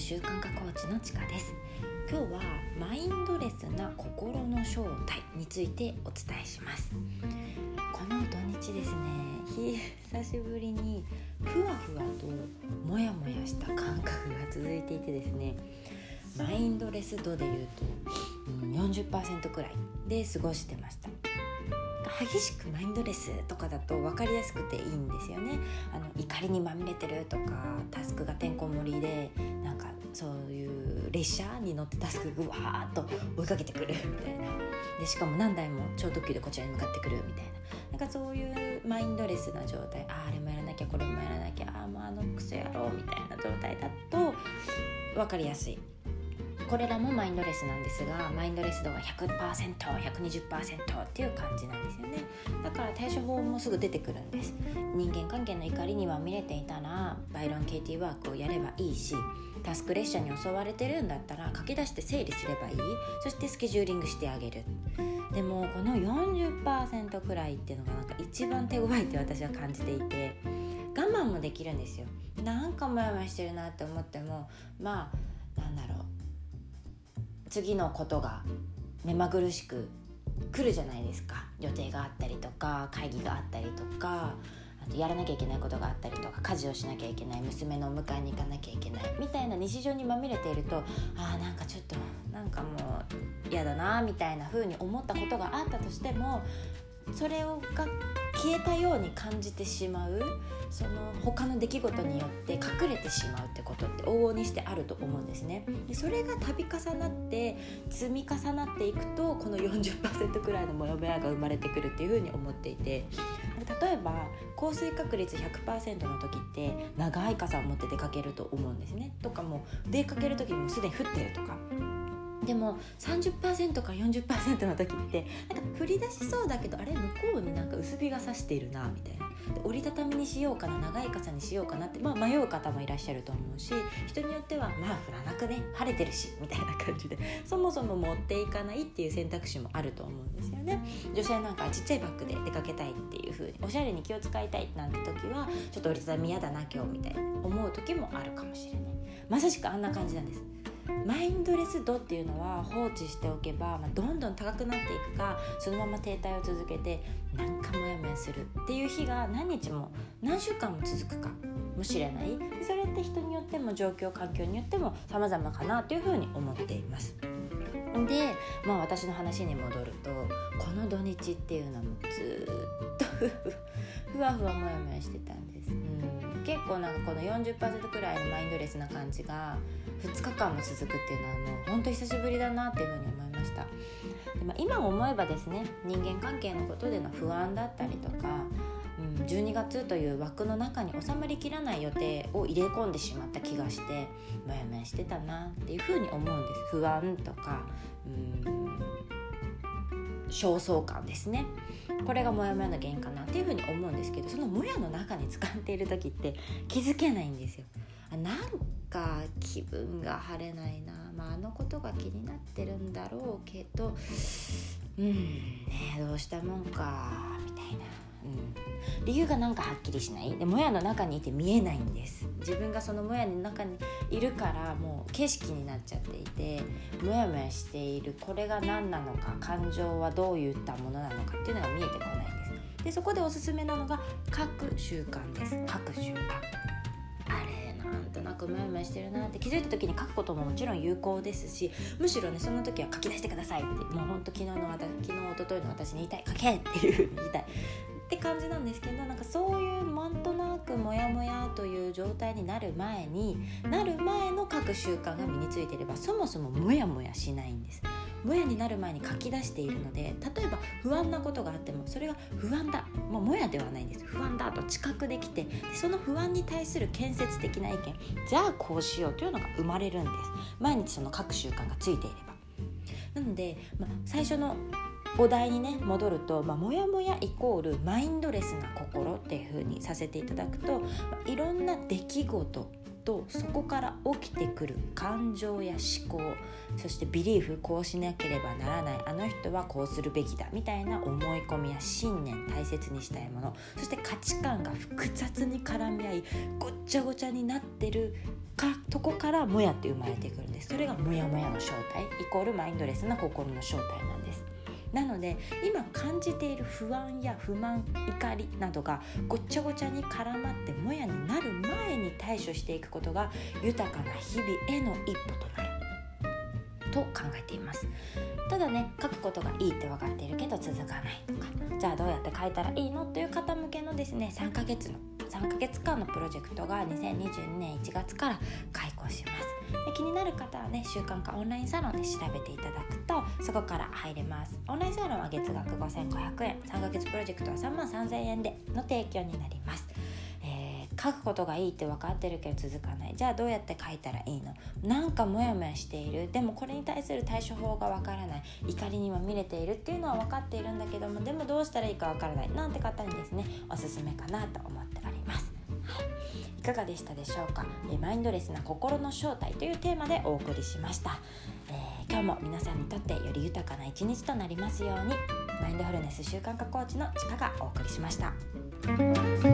習慣化コーチのちかです。今日はマインドレスな心の正体についてお伝えします。この土日ですね、久しぶりにふわふわともやもやした感覚が続いていてですね、マインドレス度でいうと、40% くらいで過ごしてました。激しくマインドレスとかだと分かりやすくていいんですよね。怒りにまみれてるとか、タスクがてんこ盛りで、なんかそういう列車に乗ってタスクがぐわーっと追いかけてくるみたいな、でしかも何台も超特急でこちらに向かってくるみたいな、なんかそういうマインドレスな状態、あれもやらなきゃこれもやらなきゃ、もうクソやろうみたいな状態だと分かりやすい。これらもマインドレスなんですが、マインドレス度が 100%、120% っていう感じなんですよね。だから対処法もすぐ出てくるんです。人間関係の怒りにまみれていたらバイロン KT ワークをやればいいし、タスク列車に襲われてるんだったら書き出して整理すればいい。そしてスケジューリングしてあげる。でもこの 40% くらいっていうのがなんか一番手強いって私は感じていて、我慢もできるんですよ。なんかモヤモヤしてるなって思っても、次のことが目まぐるしく来るじゃないですか。予定があったりとか、会議があったりとか、あとやらなきゃいけないことがあったりとか、家事をしなきゃいけない、娘のお迎えに行かなきゃいけないみたいな日常にまみれていると、なんかちょっとなんかもう嫌だなみたいな風に思ったことがあったとしても、それが消えたように感じてしまう、その他の出来事によって隠れてしまうってことって往々にしてあると思うんですね。でそれが度重なって積み重なっていくと、この 40% くらいのモヤモヤが生まれてくるっていうふうに思っていて、例えば降水確率 100% の時って長い傘を持って出かけると思うんですね。とかも出かける時にもすでに降ってるとか。でも 30% から 40% の時ってなんか降り出しそうだけど、あれ向こうになんか薄日が差しているなみたいな、で折りたたみにしようかな、長い傘にしようかなって、迷う方もいらっしゃると思うし、人によっては降らなくね、晴れてるしみたいな感じでそもそも持っていかないっていう選択肢もあると思うんですよね。女性なんかちっちゃいバッグで出かけたいっていう風に、おしゃれに気を使いたいなんて時はちょっと折りたたみ嫌だな今日みたいな思う時もあるかもしれない。まさしくあんな感じなんです。マインドレス度っていうのは放置しておけば、どんどん高くなっていくか、そのまま停滞を続けてなんかモヤモヤするっていう日が何日も何週間も続くかもしれない。それって人によっても状況環境によっても様々かなというふうに思っています。で、私の話に戻ると、この土日っていうのはもうずっとふわふわモヤモヤしてたんです。結構なんかこの 40% くらいのマインドレスな感じが2日間も続くっていうのはもう本当久しぶりだなっていうふうに思いました。で、今思えばですね、人間関係のことでの不安だったりとか、12月という枠の中に収まりきらない予定を入れ込んでしまった気がして、モヤモヤしてたなっていうふうに思うんです。不安とか焦燥感ですね。これがモヤモヤの原因かなっていうふうに思うんですけど、そのモヤの中に使っている時って気づけないんですよ。なんか気分が晴れないな、あのことが気になってるんだろうけど、どうしたもんかみたいな、理由がなんかはっきりしない。で、もやの中にいて見えないんです。自分がそのもやの中にいるからもう景色になっちゃっていて、もやもやしているこれが何なのか、感情はどういったものなのかっていうのが見えてこないんです。で、そこでおすすめなのが書く習慣です。書く習慣、なんとなくモヤモヤしてるなって気づいた時に書くことももちろん有効ですし、むしろね、その時は書き出してくださいって、もうほんと昨日一昨日の私に言いたい、書けっていう風に言いたいって感じなんですけど、なんかそういうなんとなくモヤモヤという状態になる前の書く習慣が身についていれば、そもそもモヤモヤしないんです。もやになる前に書き出しているので、例えば不安なことがあっても、それが不安だ、もやではないんです。不安だと知覚できて、その不安に対する建設的な意見、じゃあこうしようというのが生まれるんです。毎日その書く習慣がついていれば。なので、最初のお題にね戻ると、モヤモヤイコールマインドレスな心っていう風にさせていただくと、いろんな出来事と、そこから起きてくる感情や思考、そしてビリーフ、こうしなければならない、あの人はこうするべきだみたいな思い込みや信念、大切にしたいもの、そして価値観が複雑に絡み合いごっちゃごちゃになってるとこからもやって生まれてくるんです。それがもやもやの正体イコールマインドレスな心の正体なんです。なので今感じている不安や不満、怒りなどがごっちゃごちゃに絡まってもやになる前に対処していくことが豊かな日々への一歩となると考えています。ただね、書くことがいいって分かっているけど続かないとか、じゃあどうやって書いたらいいのという方向けのですね、3ヶ月間のプロジェクトが2022年1月から開講します。で、気になる方はね、習慣化オンラインサロンで調べていただくとそこから入れます。オンラインサロンは月額5500円、3ヶ月プロジェクトは33,000円での提供になります。書くことがいいって分かってるけど続かない、じゃあどうやって書いたらいいの、なんかモヤモヤしている、でもこれに対する対処法が分からない、怒りにまみれているっていうのは分かっているんだけども、でもどうしたらいいか分からないなんて方にですね、おすすめかなと思っております。いかがでしたでしょうか。マインドレスな心の正体というテーマでお送りしました。今日も皆さんにとってより豊かな一日となりますように。マインドフルネス習慣化コーチのちかがお送りしました。